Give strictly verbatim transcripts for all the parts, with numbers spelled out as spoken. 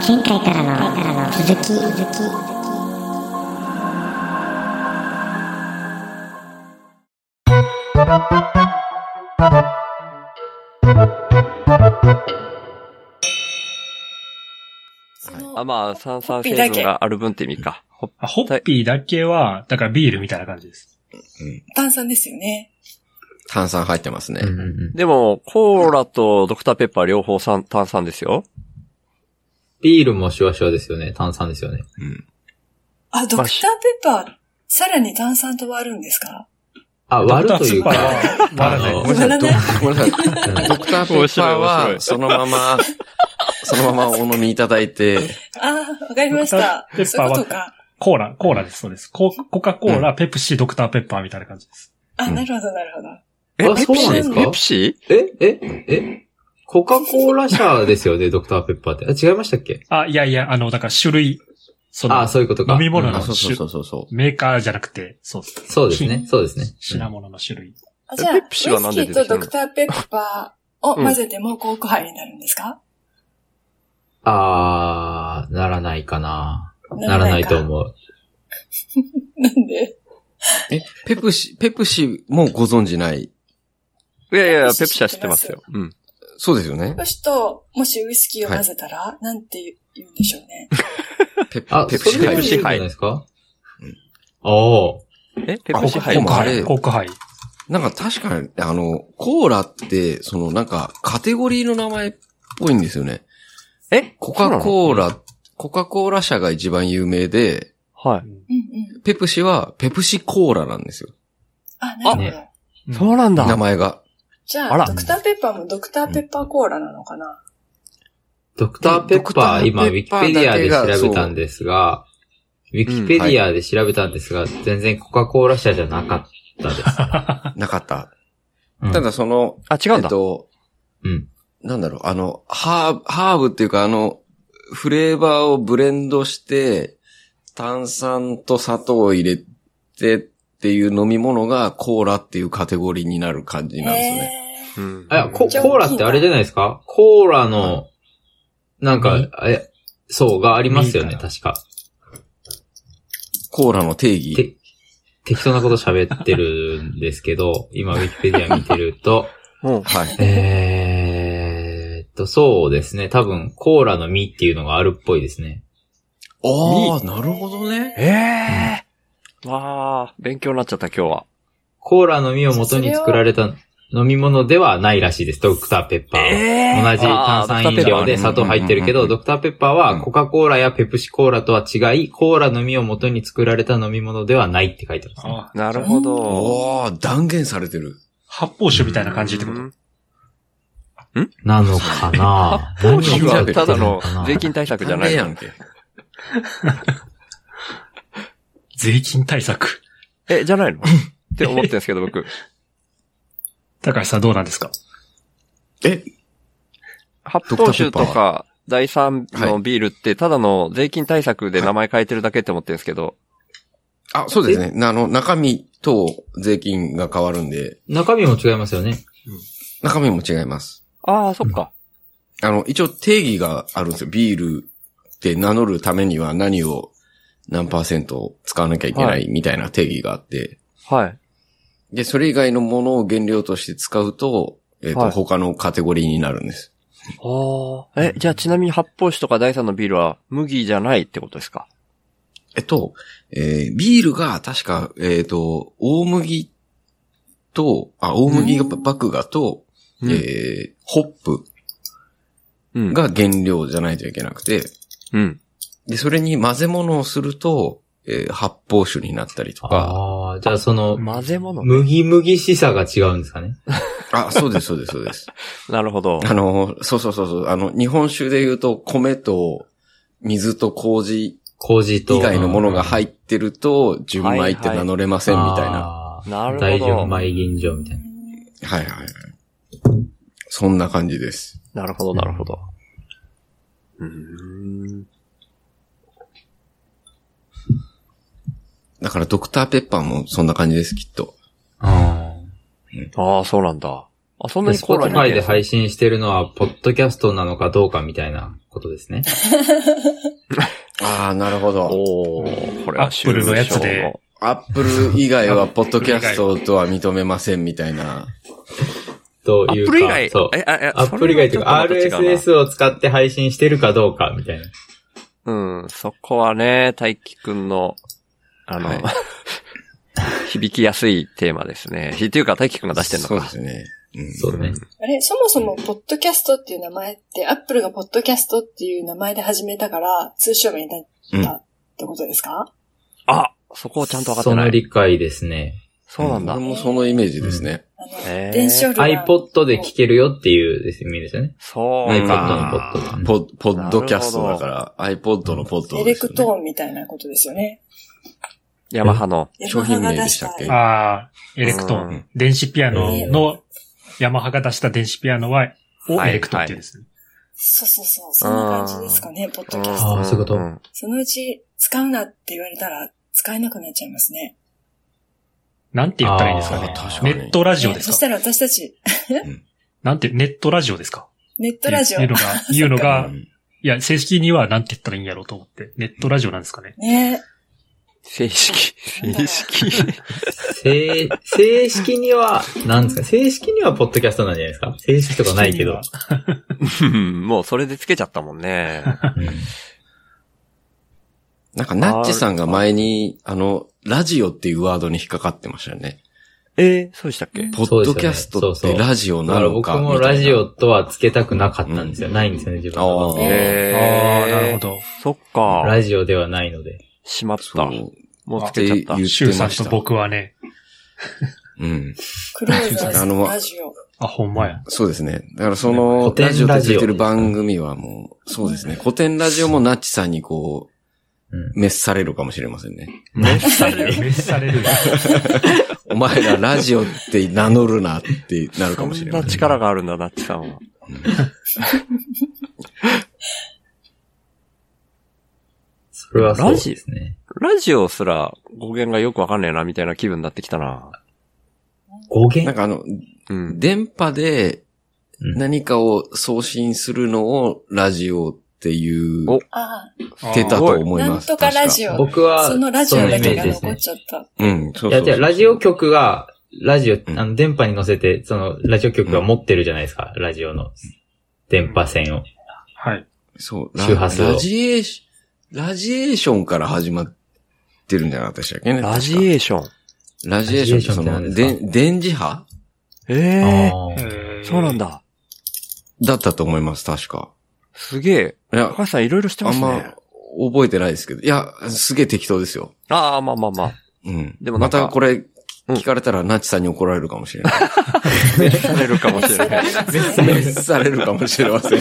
前回からの続き続きあ、まあ、炭酸成分がある分って意味か。 ホッピーだけは、だからビールみたいな感じです。 うん、 炭酸ですよね。 炭酸入ってますね。 うんうん、でも、コーラとドクターペッパー両方炭酸ですよ。 ビールもシュワシュワですよね。炭酸ですよね。 うん。 あ、ドクターペッパー、さらに炭酸と割るんですか？ あ、割るというか。 割らない。 ごめんなさい。ごめんなさい。ドクターペッパーは、そのまま、そのままお飲みいただいて。 ああ、わかりました。 ペッパーは、コーラ、コーラです、そうです。コカ・コーラ、うん、ペプシ、ドクターペッパーみたいな感じです。 あ、なるほど、なるほど。 え、ペプシですか？ ペプシえええコカ・コーラ社ですよね、ドクターペッパーって。あ、違いましたっけ？ あ、いやいや、あの、だから種類。 そのあ、そういうことか。 飲み物の種類、うん、そうそうそうそう。 メーカーじゃなくて、そうです。 そうですね、そうですね。 品物の種類。 あ、じゃあ、ウイスキーとドクターペッパーを混ぜてもコークハイになるんですか？ うん、あー、ならないかな。ならないと思う。 なんで？ え、ペプシ、ペプシもご存知ない？ いやいや、ペプシは知ってますよ。うん。 そうですよね。 ペプシと、もしウイスキーを混ぜたら、はい、なんて言うんでしょうね。 ペプ、ペプシハイ。ペプシハイですか？うん。ああ。 え、ペプシハイもあれ。コークハイ。 なんか確かに、あの、コーラって、そのなんか、カテゴリーの名前っぽいんですよね。 え？ コカ・コーラ、コカ・コーラ社が一番有名で、 はい。 ペプシは、ペプシコーラなんですよ。 あ、なるほど。 ね、そうなんだ。 名前が。 じゃあ、ドクターペッパーもドクターペッパーコーラなのかな？ ドクターペッパー、今、ウィキペディアで調べたんですが、ウィキペディアで調べたんですが、うんはい、全然コカ・コーラ社じゃなかったです。 なかった。うん、ただその、 あ、違うんだ。えっと、うん。なんだろう、あの、ハーブ、ハーブっていうか、あの、フレーバーをブレンドして、炭酸と砂糖を入れてっていう飲み物がコーラっていうカテゴリーになる感じなんですよね。 うん、あコ、コーラってあれじゃないですか？コーラの、なんか、え、そうがありますよね、確か。 コーラの定義。て適当なこと喋ってるんですけど、今ウィキペディア見てると、 はい。 えーっと、そうですね。多分、コーラの実っていうのがあるっぽいですね。 ああ、なるほどね。 ええー。わあ、勉強になっちゃった今日は。 コーラの実を元に作られた飲み物ではないらしいです。ドクターペッパーは。えー、同じ炭酸飲料で砂糖入ってるけど、ドクターペッパーはコカ・コーラやペプシコーラとは違い、コーラの実を元に作られた飲み物ではないって書いてます、ね。 あ、なるほど。 おー、断言されてる。 発泡酒みたいな感じってこと？ んなのかな？ 発泡酒はただの税金対策じゃないやんけ。 税金対策。 え、じゃないのって思ってるんですけど、僕。 高橋さんどうなんですか？ え発泡酒とか、第三のビールって、ただの税金対策で名前変えてるだけって思ってるんですけど。 はい、あ、そうですね。あの、中身と税金が変わるんで。 中身も違いますよね。うん、 中身も違います。 ああ、そっか。 あの、一応定義があるんですよ。ビールって名乗るためには何を何パーセント使わなきゃいけないみたいな定義があって。 はい。 で、それ以外のものを原料として使うと、えっと、はい、他のカテゴリーになるんです。 ああ。え、じゃあちなみに発泡酒とか第三のビールは麦じゃないってことですか？ えっと、えー、ビールが確か、えっと、大麦と、あ、大麦が麦芽と、うん、えー、ホップが原料じゃないといけなくて、 うん。 で、それに混ぜ物をすると、えー、発泡酒になったりとか。 ああ、じゃあその、 混ぜ物、 ね、麦麦しさが違うんですかね。 あ、そうです、そうです、そうです。 なるほど。 あの、そうそうそうそう、あの、日本酒で言うと、米と水と麹、 麹と。 以外のものが入ってると、純米って名乗れませんみたいな。 なるほど。 大純米吟醸みたいな。 はいはいはい。そんな感じです。 なるほど、なるほど。うーん。 だからドクターペッパーもそんな感じです、きっと。 ああ。ああ、そうなんだ。 あ、そんなにコーラに。 Spotify で配信してるのは、ポッドキャストなのかどうかみたいなことですね。 ああ、なるほど。 おー、これはアップルのやつで。 アップル以外はポッドキャストとは認めませんみたいな。 というか、 アップル以外そう。 え、あ、え、 アップル以外というか アールエスエス を使って配信してるかどうかみたいな。 うん、そこはね、大輝くんの、あの、はい、響きやすいテーマですね。っていうか、大輝くんが出してるのか。 そうですね。 うん、そうね。 あれ、そもそも、ポッドキャストっていう名前って、アップルがポッドキャストっていう名前で始めたから、通称名になったってことですか？ うん、あ、そこをちゃんと分かってない。 その理解ですね。 そうなんだ。 俺もそのイメージですね。 うん、あの、電子オルガン。 iPod で聴けるよっていう意味ですよね。 そう。 iPod のポッド。 ポッ、ポッドキャストだから、iPod のポッドですよね。 エレクトーンみたいなことですよね。 ヤマハの商品名でしたっけ？ ああ、エレクトーン。うん、電子ピアノの、ヤマハが出した電子ピアノは、をエレクトーンっていうんですね。はいはい、 そうそうそう。そんな感じですかね、ポッドキャスト。 ああ、そういうこと。 そのうち使うなって言われたら使えなくなっちゃいますね。 なんて言ったらいいんですかね。ネットラジオですか、 ね、そしたら私たち。 なんて、ネットラジオですかネットラジオ。 いうのが、いうのが、いや、正式にはなんて言ったらいいんやろうと思って。ネットラジオなんですかね。 ね正式、正式。 正、正式には、なんですか正式にはポッドキャストなんじゃないですか正式とかないけど。 もうそれでつけちゃったもんね。 なんか、ナッチさんが前に、あの、ラジオっていうワードに引っかかってましたよね。 えー、そうでしたっけ？ ポッドキャストってラジオなのか。 僕もラジオとはつけたくなかったんですよ。うん、ないんですよね、自分は。 えー、あー、なるほど。 そっか。 ラジオではないので。 しまった。もうつけちゃった。 シュウさんと僕はね。 うん。 クローザーズのラジオ。 あ、ほんまや。 そうですね。だからその、ラジオってついてる番組はもう、そうですね。古典ラジオもナッチさんにこう、滅されるかもしれませんね。 滅される滅される。 お前らラジオって名乗るなってなるかもしれない。 そんな力があるんだ、ナッチさんは。 それはそうですね。 ラジオすら語源がよくわかんねえなみたいな気分になってきたな。 語源？ なんかあの、うん、電波で何かを送信するのをラジオっていう、てたと思います。 なんとかラジオ。 僕は、 そのラジオだけが残っちゃった。 うん、そうそうそう。 いや、じゃラジオ局が、ラジオ、あの、電波に乗せて、その、ラジオ局が持ってるじゃないですか、うん、ラジオの、電波線を。 はい。 そう、周波数を。ラジエーション、ラジエーションから始まってるんじゃなかったでしたっけね。 ラジエーション。 ラジエーションってその、で、電磁波？ ええー。そうなんだ。 だったと思います、確か。 すげえ。いや、高橋さんいろいろ知ってますね。あんま覚えてないですけど。いや、すげえ適当ですよ。 ああ、まあまあまあ。 うん。でもまたこれ、聞かれたらナッチさんに怒られるかもしれない。 滅されるかもしれない。 滅されるかもしれません。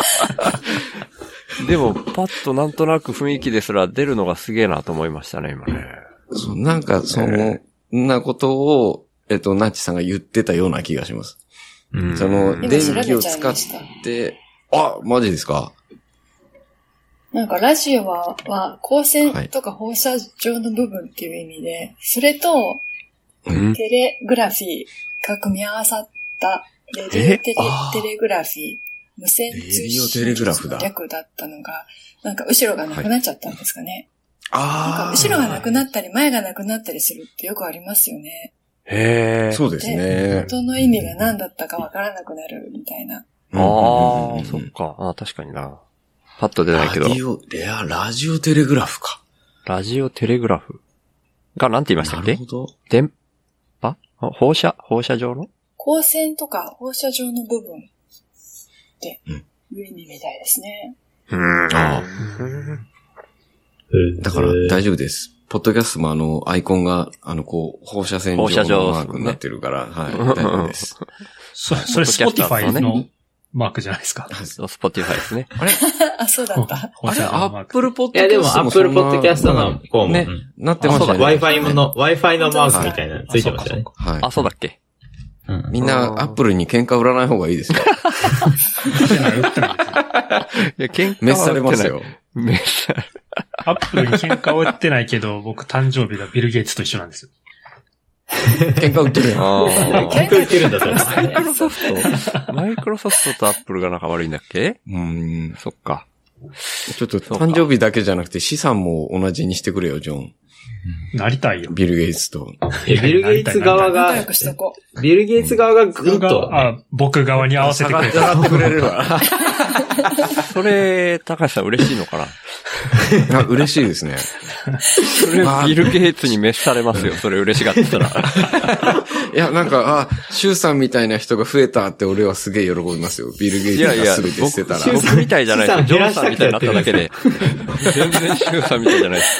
でも、パッとなんとなく雰囲気ですら出るのがすげえなと思いましたね、今ね。 そう、なんか、そんなことを、えっと、ナッチさんが言ってたような気がします。うん、その、電気を使って、あ、マジですか？ なんかラジオは、は光線とか放射状の部分っていう意味で、はい、それと、テレグラフィーが組み合わさったレディオテレ、テレグラフィー、無線通信の略だったのが、なんか後ろがなくなっちゃったんですかね。はい、ああ。後ろがなくなったり前がなくなったりするってよくありますよね。 へえ。 そうですね。 元の意味が何だったかわからなくなるみたいな。 ああ、そっか。ああ、確かにな。パッと出ないけど。 ラジオ、いや、ラジオテレグラフか。 ラジオテレグラフが何て言いましたっけ？ なるほど。 電波？放射放射状の？ 光線とか放射状の部分っていう意味みたいですね。 うん。ああ。 だから大丈夫です。ポッドキャストもあの、アイコンが、あの、こう、放射線状のマークになってるから、はい、大丈夫です。 それ、それ、スポティファイのマークじゃないですか。 スポティファイですね。 あれあ、そうだった。 あれ、アップルポッドキャスト。 いや、でも、アップルポッドキャストのこうも、 ね、なってましたね。 Wi-Fi の、Wi-Fi のマークみたいなのついてましたね。 はい。あ、そうだっけ？ みんな、アップルに喧嘩売らない方がいいですよ。 売ってない、売ってない。いや、喧嘩滅されますよ。 滅される。 アップルに喧嘩を売ってないけど、僕誕生日がビル・ゲイツと一緒なんですよ。 喧嘩売ってるやん。 あ喧嘩売ってるんだ、それ。 マイクロソフト、マイクロソフトとアップルが仲悪いんだっけ？ うん。 そっか。 ちょっと誕生日だけじゃなくて資産も同じにしてくれよ、ジョン。 なりたいよ。 ビル・ゲイツと。 え、ビル・ゲイツ側が、ビル・ゲイツ側がぐっと、 あ、僕側に合わせてくれた。 上がってくれるわ。 それ、高橋さん嬉しいのかな？ あ、嬉しいですね。 それ、ビル・ゲイツに召されますよ。それ嬉しがってたら。 いや、なんか、あ、シュウさんみたいな人が増えたって俺はすげえ喜びますよ。ビル・ゲイツが全て捨てたら。 いやいや、僕、僕みたいじゃないです。ジョンさんみたいになっただけで。全然シュウさんみたいじゃないです。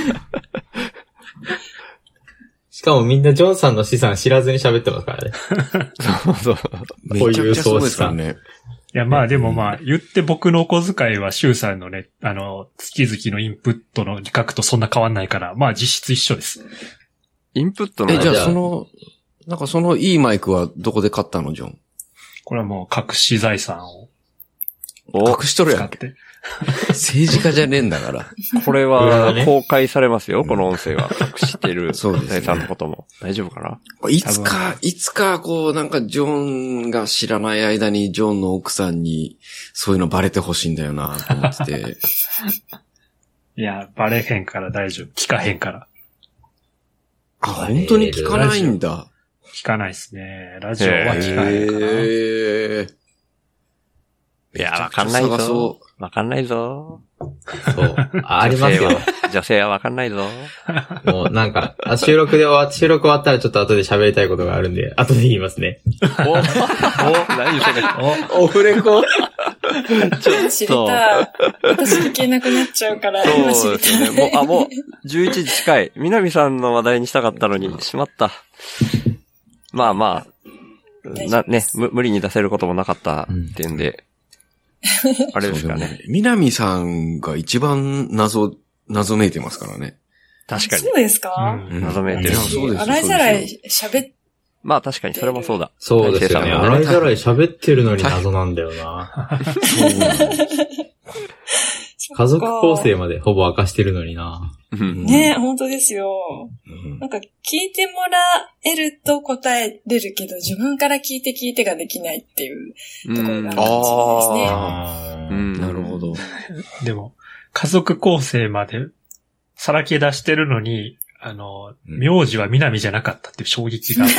しかもみんなジョンさんの資産知らずに喋ってますからね。 そうそう。 めちゃくちゃそうですからね。 いや、まあでもまあ、言って僕のお小遣いはシュウさんのね、あの、月々のインプットの額とそんな変わんないから、まあ実質一緒です。 インプットのえ、じゃあその、なんかそのいいマイクはどこで買ったの、ジョン？ これはもう隠し財産を。 隠しとるやん。 使って。 政治家じゃねえんだから。 これは公開されますよ、この音声は。隠してる財産のことも。大丈夫かな？ いつか、いつか、こう、なんか、ジョンが知らない間に、ジョンの奥さんに、そういうのバレてほしいんだよな、と思ってて。 いや、バレへんから大丈夫。聞かへんから。 あ、本当に聞かないんだ。 聞かないですね。ラジオは聞かへんから。 へー。 いや、わかんないぞ。わかんないぞ。 そう。ありますよ。 女性はわかんないぞ。 もうなんか、あ収録で終わ、収録終わったらちょっと後で喋りたいことがあるんで、後で言いますね。 おお何それお、オフレコちょっと知りたい。私聞けなくなっちゃうから、今知りたい。 そうですね。もう、あ、もう、じゅういちじ近い。南さんの話題にしたかったのに、しまった。まあまあ、な、ね、む、無理に出せることもなかったっていうんで、あれですかね。 南さんが一番謎、謎めいてますからね。 確かに。 そうですか？ うん、謎めいてる。 そうです。 洗いざらい喋っまあ確かにそれもそうだ。 そうですよね。洗いざらい喋ってるのに謎なんだよな。そうなん家族構成までほぼ明かしてるのにな。 ねえ、本当ですよ。なんか聞いてもらえると答えれるけど、自分から聞いて聞いてができないっていうところがあるかもしれないですね。 うん、 なるほど。 でも、家族構成までさらけ出してるのに、あの、名字は南じゃなかったっていう衝撃が。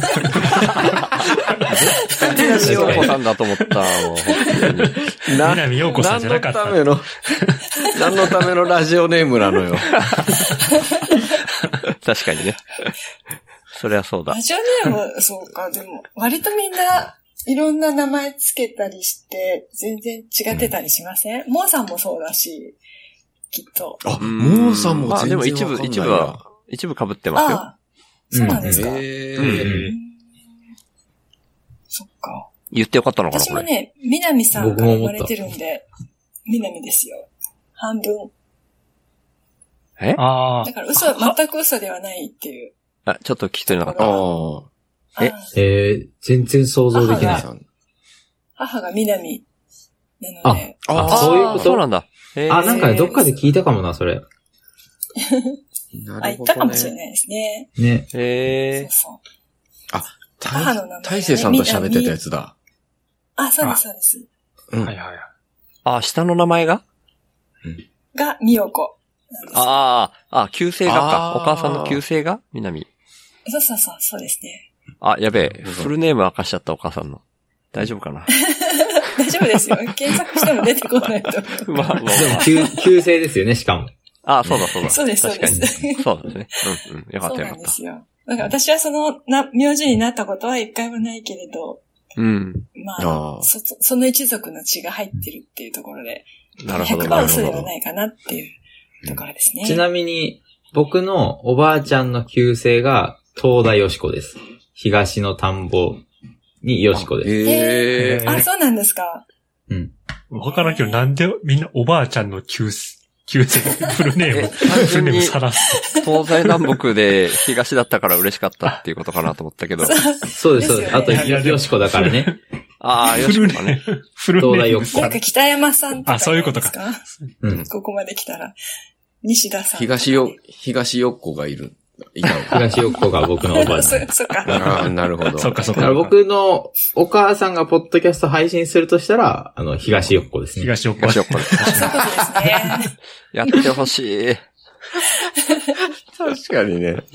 南陽子さんだと思った、もう。 南陽子さんじゃなかった。 何のための、何のためのラジオネームなのよ。 確かにね。それはそうだ。 ラジオネーム、そうか、でも、割とみんないろんな名前つけたりして、全然違ってたりしません？うん、モーさんもそうだし、きっと。 あ、モーさんも全然わかんない。まあでも一部、一部は、一部被ってますよ。 ああ、そうなんですか。 うん、 へーうん、そっか。 言ってよかったのかな、 私もね、南さんから生まれてるんで、南ですよ。半分。 えああ。 だから嘘、全く嘘ではないっていう。 あ、ちょっと聞き取れなかった。 ああ。 え、えー、全然想像できない。 母が、母が南なので。 あ、あ、そういうことそうなんだ。 あ、なんかね、どっかで聞いたかもな、それ。 あ、言ったかもしれないですね。 ね。 へー。そうそう。 あ、母の名前、ね。大勢さんと喋ってたやつだ。 あ、そうです、そうです。 うん。はいはいはい。 あ、下の名前がうん。が、みよこ。 ああ、あ、旧姓がか。お母さんの旧姓が南。 そうそうそう、そうですね。 あ、やべえ。フルネーム明かしちゃったお母さんの。大丈夫かな大丈夫ですよ。検索しても出てこないと思う。 まあ、まあ、でも、旧、旧姓ですよね、しかも。 ああ、そうだそうだ。 そうです、そうです。 そうですね。うんうん。よかったよかった。そうなんですよ。だから私はその、な、名字になったことは一回もないけれど、 うん。 まあ、あそ、その一族の血が入ってるっていうところで、 なるほど。 ひゃくパーセント嘘ではないかなっていうところですね。 ちなみに、僕のおばあちゃんの旧姓が、東田よしこです。東の田んぼによしこです。 えー、あ、そうなんですか。 うん。 わからんけど、なんでみんなおばあちゃんの旧旧姓、フルネーム、フルネームさらす。 東西南北で東だったから嬉しかったっていうことかなと思ったけど。 そうです、そうです。あと、よしこだからね。 ああ、よしこだね。 フルネーム。 なんか北山さんとか。 あ、そういうことか。 うん。 ここまで来たら。西田さん。 東よ、東よっこがいる。 いたの。 東横が僕のおばあちゃん。 そ、そっか。 ああ、なるほど。 そっかそっか。 だから僕のお母さんがポッドキャスト配信するとしたら、あの、東横ですね。 東横。 東横で。 そういうことですね。 やってほしい。 確かにね。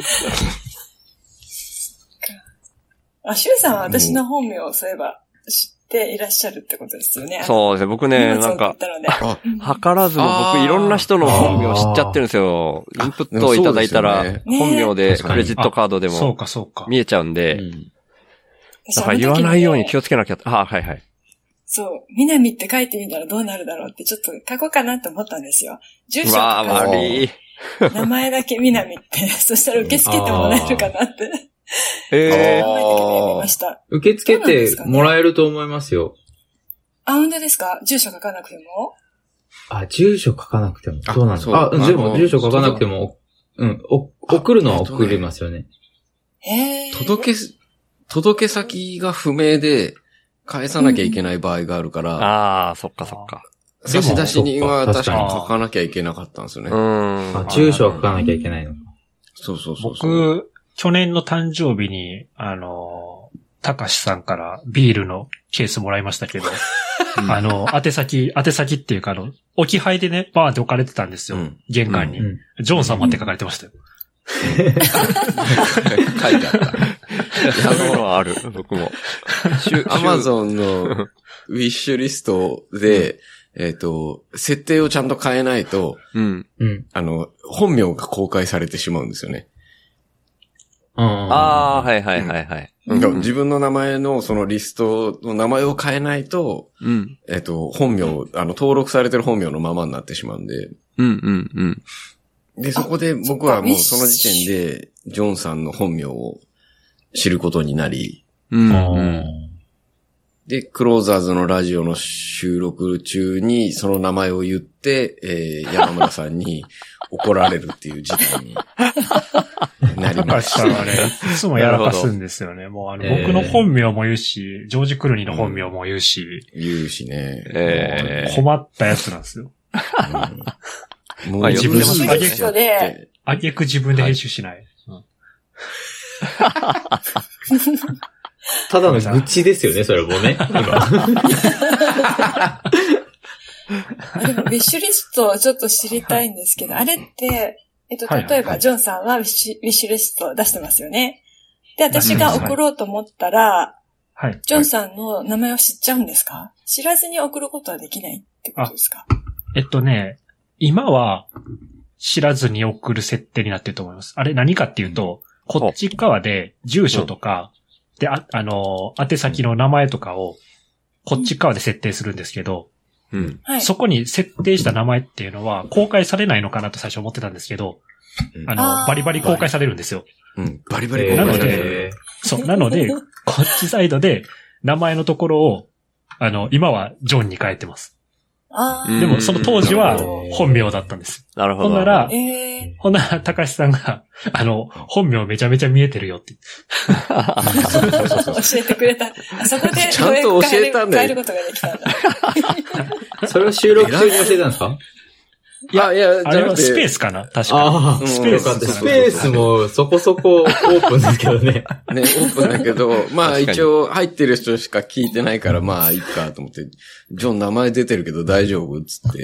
あ、シュウさんは私の本名をそういえば知っていらっしゃるってことですよね。 そうですね。僕ね、なんか、図らずも僕いろんな人の本名知っちゃってるんですよ。インプットをいただいたら、本名でクレジットカードでも見えちゃうんで、だから言わないように気をつけなきゃ。あ、はいはい。 そう、南って書いてみたらどうなるだろうってちょっと書こうかなと思ったんですよ。住所とか名前だけ南って、そしたら受け付けてもらえるかなって。 ええー。 受け付けてもらえると思いますよ。 あ、本当ですか？住所書かなくても？ あ、住所書かなくても。そうなんですか。あ、でも住所書かなくても、うん、お送るのは送れますよね。 へー。届け、届け先が不明で返さなきゃいけない場合があるから。 うん、ああ、そっかそっか。 差出人は確かに書かなきゃいけなかったんですよね。 うん。 あ、住所は書かなきゃいけないのか。 そうそうそうそう。 僕、去年の誕生日に、あの、たかしさんからビールのケースもらいましたけど、あの、宛先、宛先っていうかあの、置き配でね、バーンって置かれてたんですよ。うん、玄関に、うん。ジョン様って書かれてましたよ。 書いてあった。 そういうのはある、僕も。 アマゾンのウィッシュリストで、えっと、設定をちゃんと変えないと、 うん。 あの、本名が公開されてしまうんですよね。 ああ、はいはいはいはい。 うん、自分の名前のそのリストの名前を変えないと、 うん、 えっと、本名、あの、登録されてる本名のままになってしまうんで。 うんうんうん。 で、そこで僕はもうその時点で、ジョンさんの本名を知ることになり、 うんうん、 で、クローザーズのラジオの収録中にその名前を言って、えー、山村さんに怒られるっていう事態になりました。 高橋さんはね、いつもやらかすんですよね。もうあの、僕の本名も言うし、ジョージ・クルニーの本名も言うし。 うん、言うしね。 えー、 困ったやつなんですよ。 うん、もう自分で編集で。 あげく自分で編集しない。はいうんただの愚痴ですよね、それもね。今でも、ウィッシュリストをちょっと知りたいんですけど、あれって、えっと、例えば、ジョンさんはウィッシュ、ウィッシュリストを出してますよね。で、私が送ろうと思ったら、 はい。 ジョンさんの名前を知っちゃうんですか？知らずに送ることはできないってことですか？ えっとね、今は知らずに送る設定になってると思います。あれ何かっていうと、こっち側で住所とか、で、あ、あの、宛先の名前とかを、こっち側で設定するんですけど、 うん。 そこに設定した名前っていうのは、公開されないのかなと最初思ってたんですけど、あの、バリバリ公開されるんですよ。 うん。バリバリ公開される。 そう。なので、こっちサイドで、名前のところを、あの、今はジョンに変えてます。 あでも、その当時は本名だったんです。 なるほど。 ほんなら、 えー、 ほんなら、高橋さんが、あの、本名めちゃめちゃ見えてるよって。 教えてくれた。あそこで、 ちゃんと教えたんだよ。 変えることができたんだ。 それを収録中に教えたんですか？ いや、いや、あれはスペースかな確かに。 ああ、スペース。スペースもそこそこオープンですけどね。 ね、オープンだけど、まあ一応入ってる人しか聞いてないからまあいいかと思って、ジョン名前出てるけど大丈夫つって。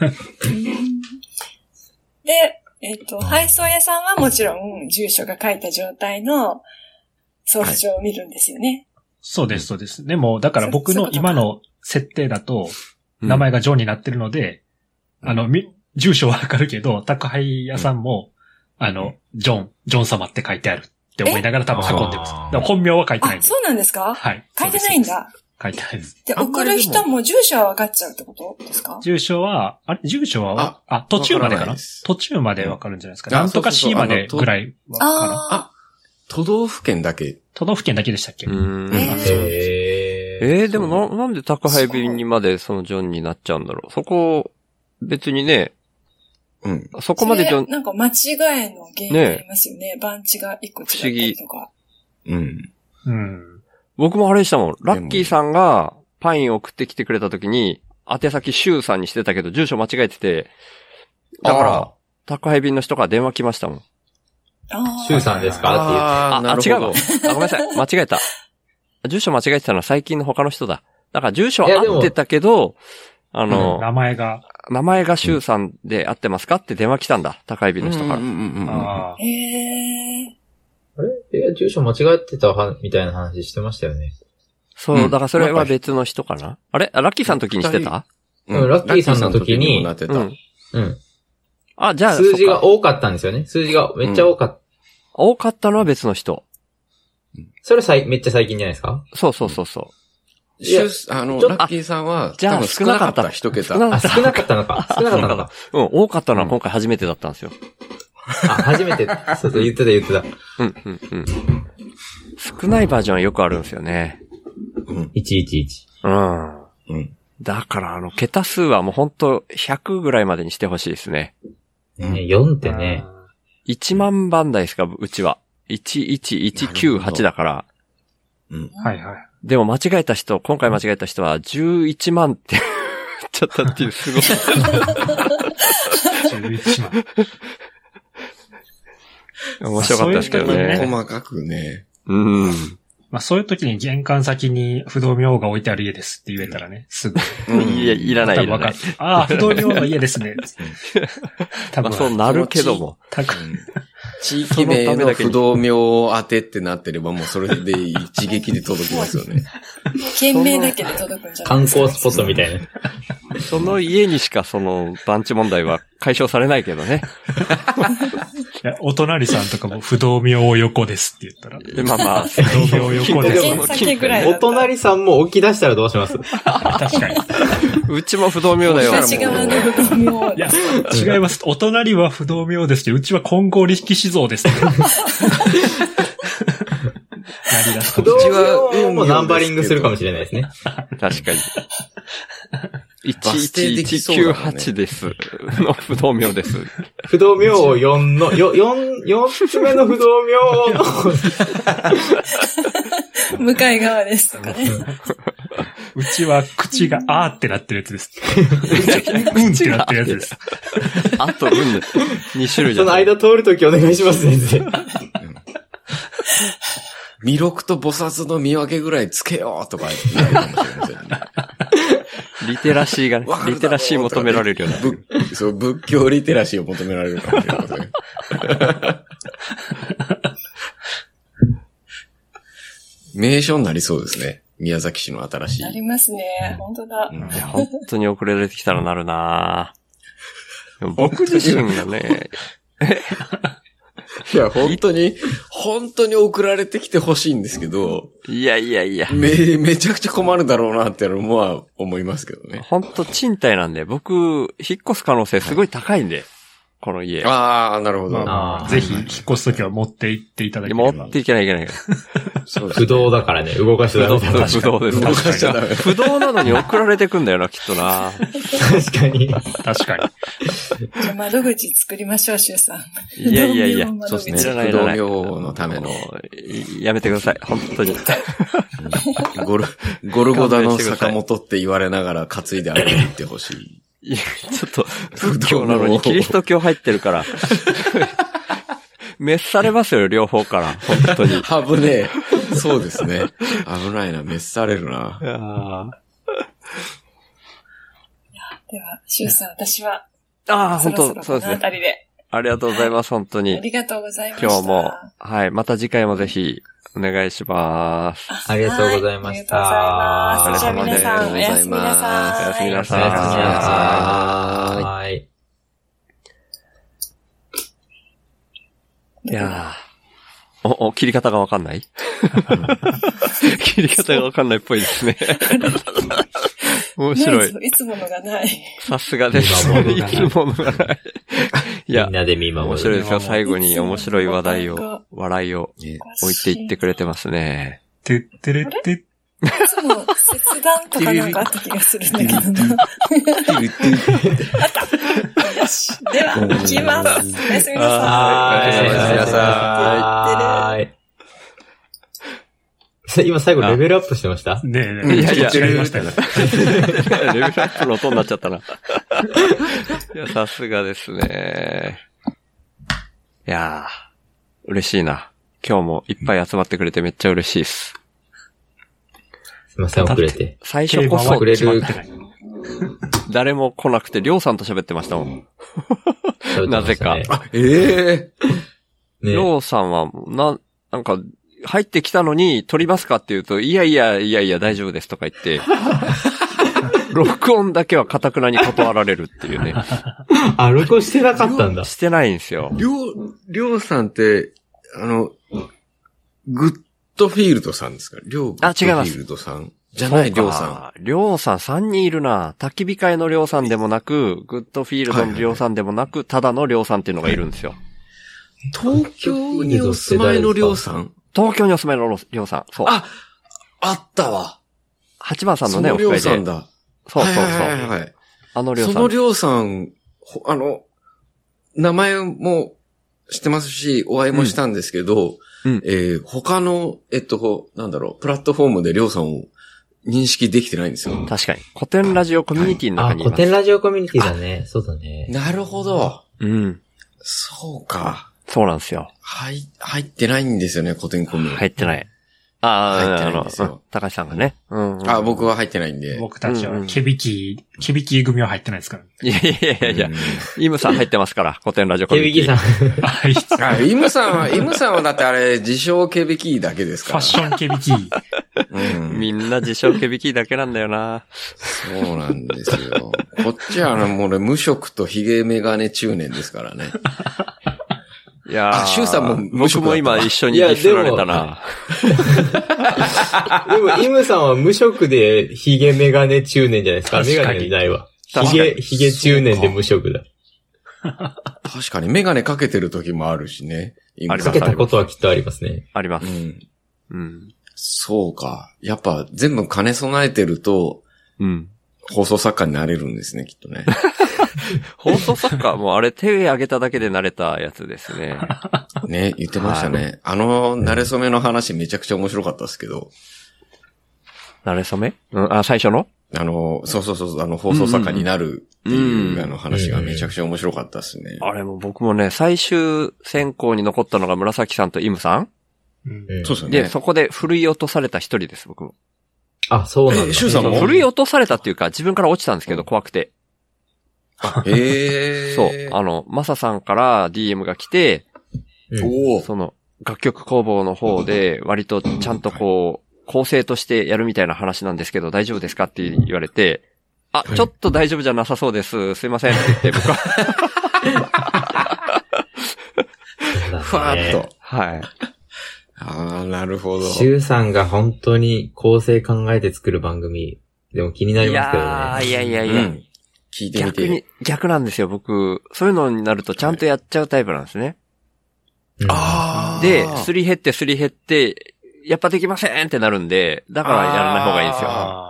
で、えっと、配送屋さんはもちろん住所が書いた状態の送付状を見るんですよね。 はい、そうです、そうです。でも、だから僕の今の設定だと、名前がジョンになってるので、うん、あの、み、住所はわかるけど、宅配屋さんも、うん、あの、ジョン、ジョン様って書いてあるって思いながら多分運んでます。だから本名は書いてないんです。 あ、そうなんですか？ はい。 書いてないんだ。 書いてないです。 で、送る人も住所は分かっちゃうってことですか？ 住所は、あれ、住所は、あ、あ途中までかな？途中まで分かるんじゃないですか。なんとか C までぐらいはかな。 あ、 都道府県だけ。 都道府県だけでしたっけ？ うーん。 へー。えー、でもな、なんで宅配便にまでそのジョンになっちゃうんだろう。そこ、別にね、 うん。 そこまでジョン。 なんか間違いの原因ありますよね。番地が一個違ったりとか。 うん。 うん。 僕もあれでしたもん。ラッキーさんがパインを送ってきてくれた時に、宛先シュウさんにしてたけど、住所間違えてて、だから、宅配便の人から電話来ましたもん。 シュウさんですかって言って。 ああ、なるほど。 あ、違うわ。あ、ごめんなさい。間違えた。住所間違えてたのは最近の他の人だ。だから住所合ってたけど、あの、 うん、名前が。 名前がシュウさんで合ってますかって電話来たんだ。高い便の人から。 うんうんうんうん、 あへえ。 あれえ、住所間違えてたは、みたいな話してましたよね。 そう、だからそれは別の人かな、あれラッキーさんの時にしてたうん、ラッキーさんの時に、 なってた。 うん。 うん。 あ、じゃあ、 数字が多かったんですよね。数字がめっちゃ多かった。 多かったのは別の人。 それさいめっちゃ最近じゃないですか？ そうそうそうそう。 シュウあの、ラッキーさんは、 じゃあ多分少なかった。一桁。 あ、少なかったのか。少なかったのか。 うん、多かったのは今回初めてだったんですよ。 あ、初めて。そうそう、言ってた言ってた。 うん、うん、うん。少ないバージョンはよくあるんですよね。 うん。 いちいちいち。 うん。 うん。 だから、あの、桁数はもうほんとひゃくぐらいまでにしてほしいですね。 ね、よんってね。 いちまん番台ですか、うちは。いちいちいちきゅうはちだから。 うん。 はいはい。 でも間違えた人、今回間違えた人はじゅういちまんって言っちゃったっていうすごい。 じゅういちまん。 面白かったですけどね。 細かくね。 うん。 まあそういう時に玄関先に不動明王が置いてある家ですって言えたらね、すぐ。 いや、いらない、いらない。 ああ、不動明王の家ですね。 多分、まあ、そうなるけども。 多分地域名の不動明王当てってなってればもうそれで一撃で届きますよね。 県名だけで届くんじゃないですか。 観光スポットみたいな。 その家にしかその番地問題は解消されないけどね。 いや、お隣さんとかも不動明王横ですって言ったら。 まあまあ、 不動明王横です。 お隣さんも置き出したらどうします？ 確かに。 うちも不動明だよ。 東側の不動明。 いや、違います。お隣は不動明ですけど、うちは金剛力士像です。 不動明もナンバリングするかもしれないですね。 確かに。いちいちいちきゅうはちです。の不動明です。 不動明王よんの、よ、よん、よっつめの不動明王の。 向かい側ですとかね。 うちは口があーってなってるやつです。うんってなってるやつです。 あとうんで。に種類じゃん。 その間通るときお願いします、先生。 弥勒と菩薩の見分けぐらいつけようとか言ってないかもしれませんね。 リテラシーがね、リテラシー求められるような。 仏そう、仏教リテラシーを求められるかもしれません。名所になりそうですね。宮崎市の新しい。 なりますね。本当だ。 いや本当に遅れてきたらなるなぁ。僕自身がね、 いや、本当に、本当に送られてきてほしいんですけど。 いやいやいや。 め、めちゃくちゃ困るだろうなってのは思いますけどね。 本当賃貸なんで、僕、引っ越す可能性すごい高いんで、はい、この家。 ああ、なるほど。 まあ、ぜひ、引っ越すときは持って行っていただければ。 持っていけないいけない。 そうですね。不動だからね、動かしちゃダメだ。 不動です。 動かしちゃダメ。 不動なのに送られてくんだよな、きっとな。 確かに。 確かに。 じゃあ窓口作りましょう、シュウさん。 いやいやいや、 そうですね。不動明のための。 やめてください、本当に。 ゴル、ゴルゴダの坂本って言われながら担いで歩いていってほしい。 いや、ちょっと、仏教なのにキリスト教入ってるから。滅されますよ、両方から。本当に。 危ねえ。そうですね。危ないな、滅されるな。 いやでは、シュウさん、私は。 ああ、本当そうですね。 このあたりで。 ありがとうございます、本当に。 ありがとうございました。 今日も、はい、また次回もぜひ、お願いします。 ありがとうございました。 ありがとうございます。じゃあ皆さん、おやすみなさい。 おやすみなさい。 おやすみなさい。 いやー。お、お、切り方がわかんない切り方がわかんないっぽいですね。面白い。 いつものがない。 さすがです。いつものがない。いや、 みんなで見守る。 面白いですよ。最後に面白い話題を、笑いを置いていってくれてますね。 てってれって。 いつも切断とかなんかあった気がするんだけどな。あった。よし。では、行きます。おやすみなさい。 おやすみなさい。今最後レベルアップしてましたねえねえ。いやいや、違いましたよね。 レベルアップの音になっちゃったな。いや、さすがですね。いや嬉しいな。今日もいっぱい集まってくれてめっちゃ嬉しいです。 すいません、遅れて。 最初こそ遅れる。 誰も来なくて、りょうさんと喋ってましたもん。なぜか。 あ、ええー。りょうさんは、な、なんか、入ってきたのに撮りますかって言うと、いやいやいやいや大丈夫ですとか言って、録音だけは堅くなに断られるっていうね。 あ、録音してなかったんだ。 してないんですよ。 りょう、りょうさんって、あの、グッドフィールドさんですか？りょうグッドフィールドさんじゃないりょうさん。 りょうさんさんにんいるな。焚き火会のりょうさんでもなく、グッドフィールドのりょうさんでもなく、ただのりょうさんっていうのがいるんですよ。 東京にお住まいのりょうさん？ 東京にお住まいのりょうさん。そう。 あ、あったわ。 はちばんさんのね、 お二人で。 そのりょうさんだ。 そうそうそう。 はいはいはい、 あのりょうさん。 そのりょうさん、あの、名前も知ってますし、お会いもしたんですけど、うんうん、えー、他の、えっと、なんだろう、プラットフォームでりょうさんを認識できてないんですよ。 確かに。古典ラジオコミュニティの中にいます。 はい、あ、古典ラジオコミュニティだね。そうだね。 なるほど。 うん。 そうか。 そうなんですよ。 はい、入ってないんですよね、古典コミュニティ。 入ってない。ああ、 入ってないんですよ。 あの、高橋さんがね。うんうん、 あ、僕は入ってないんで。 僕たちは、ケビキ、ケビキ組は入ってないですから。 いやいやいやいや、イムさん入ってますから、古典ラジオコミュニティ。 ケビキさん。あ、イムさんは、イムさんはだってあれ、自称ケビキだけですから。 ファッションケビキ。 うん、みんな自称ケビキだけなんだよな。 そうなんですよ。こっちはあの、もうね、無色とヒゲメガネ中年ですからね。 いやー、 あ、シュウさんも僕も今一緒にディスられたな。 でも、イムさんは無色でヒゲメガネ中年じゃないですか。メガネないわ。ヒゲ、ヒゲ中年で無色だ。 確かにメガネかけてる時もあるしね。 かけたことはきっとありますね。 あります。 うん。 うん。 そうか。やっぱ全部兼ね備えてると、 うん。 放送作家になれるんですね、きっとね。 放送作家もうあれ手挙げただけで慣れたやつですね。 ね、言ってましたね。あの、慣れ初めの話めちゃくちゃ面白かったですけど。 慣れ初め？うん、あ、最初の？ あの、そうそうそう、あの、放送作家になるっていう、あの話がめちゃくちゃ面白かったですね。 あれも僕もね、最終選考に残ったのが紫さんとイムさん？ うん、そうですよね。 で、そこで振り落とされた一人です、僕も。 あ、そうなんだ。 え、シュウさんも？ 振り落とされたっていうか、自分から落ちたんですけど、怖くて。 へえー。 そう。あの、マサさんから ディーエム が来て、 うん、 その、楽曲工房の方で、割とちゃんとこう、構成としてやるみたいな話なんですけど、大丈夫ですかって言われて、あ、ちょっと大丈夫じゃなさそうです。すいませんって言って、僕は。 ふわーっと。 はい。 ああ、なるほど。 シュウさんが本当に構成考えて作る番組、でも気になりますけどね。 いやいやいやいや。うん聞いてみて。 逆に、逆なんですよ、僕。そういうのになるとちゃんとやっちゃうタイプなんですね。 ああ。 で、すり減ってすり減って、やっぱできませんってなるんで、だからやらない方がいいんですよ。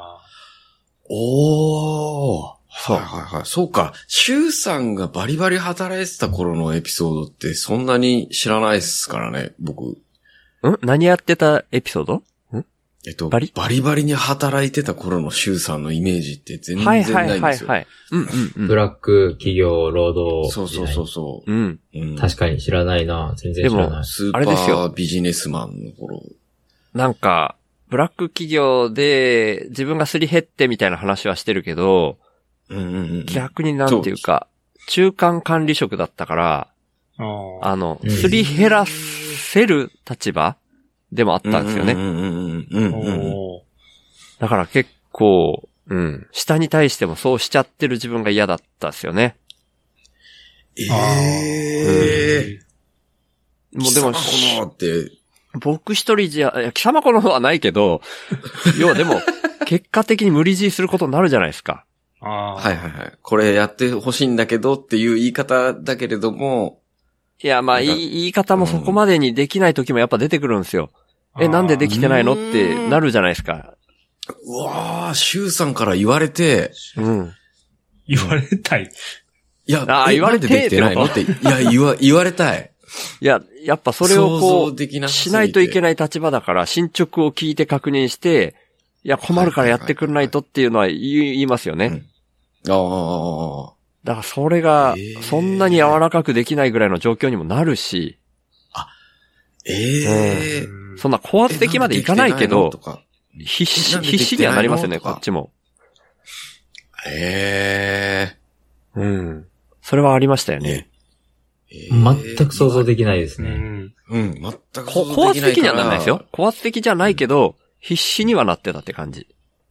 おー。そう。はいはいはい。そうか。シュウさんがバリバリ働いてた頃のエピソードってそんなに知らないですからね、僕。 ん？何やってたエピソード？ えっとバリ、バリバリに働いてた頃のシュウさんのイメージって全然ないんですよ。はいはいはい、はい。 うんうんうん。 ブラック企業、労働。 そうそうそうそう。 うん。 うん、確かに知らないな。全然知らない。でも、 スーパービジネスマンの頃。 なんか、ブラック企業で自分がすり減ってみたいな話はしてるけど、 うんうんうん、 逆になんていうか、中間管理職だったから、あの、すり減らせる立場でもあったんですよね。だから結構、うん、下に対してもそうしちゃってる自分が嫌だったんですよね。 ええー。 もうでも、 貴様って、 僕一人じゃ、いや、貴様この方はないけど、要はでも、結果的に無理強いすることになるじゃないですか。 あはいはいはい。これやってほしいんだけどっていう言い方だけれども。 いや、まあ、言い方もそこまでにできない時もやっぱ出てくるんですよ。え、なんでできてないのってなるじゃないですか。 うわぁ、シュウさんから言われて。 うん。 言われたい。 いや、 あ言われてできてないのって、いや、言わ、言われたい。 いや、やっぱそれをこう、しないといけない立場だから、進捗を聞いて確認して、いや、困るからやってくれないとっていうのは言いますよね。 ああ。 だからそれが、そんなに柔らかくできないぐらいの状況にもなるし。 あ、 ええうんそんな高圧的までいかないけど、 とか必死、必死にはなりますよね、こっちも。 ええうん。それはありましたよね。 え全く想像できないですね。 うん。 うん、全くこ想像高圧できないから。 的にはならないですよ。高圧的じゃないけど、必死にはなってたって感じ。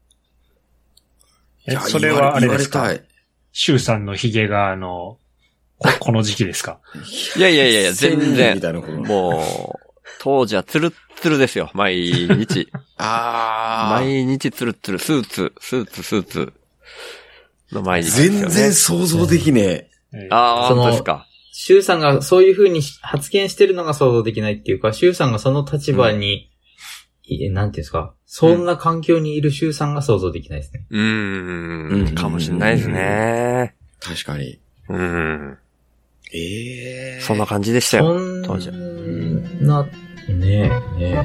え、 いやそれはあれですか言われたい。 シュウさんのヒゲがあの、ここの時期ですか？ いやいやいやいや、全然み。たいなこと。 もう、当時はツルッツルですよ、毎日。 ああ。 毎日ツルッツル、スーツ、スーツ、スーツの毎日ですよね。 全然想像できねえ。 えああ、 その本当ですか。 シュウさんがそういう風に発言してるのが想像できないっていうか、シュウさんがその立場に、いなんていうんですか、そんな環境にいるシュウさんが想像できないですね。 うーん、かもしれないですね。 確かに。 うん。 ええそんな感じでしたそよ、 ん当時。 な、ねえ、ねえ。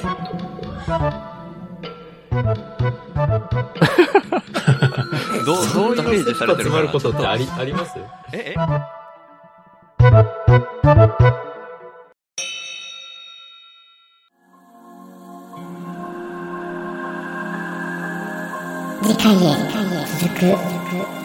どう、どうイメージされてるかな詰まることってあり、ありますえ、え次回へ続く。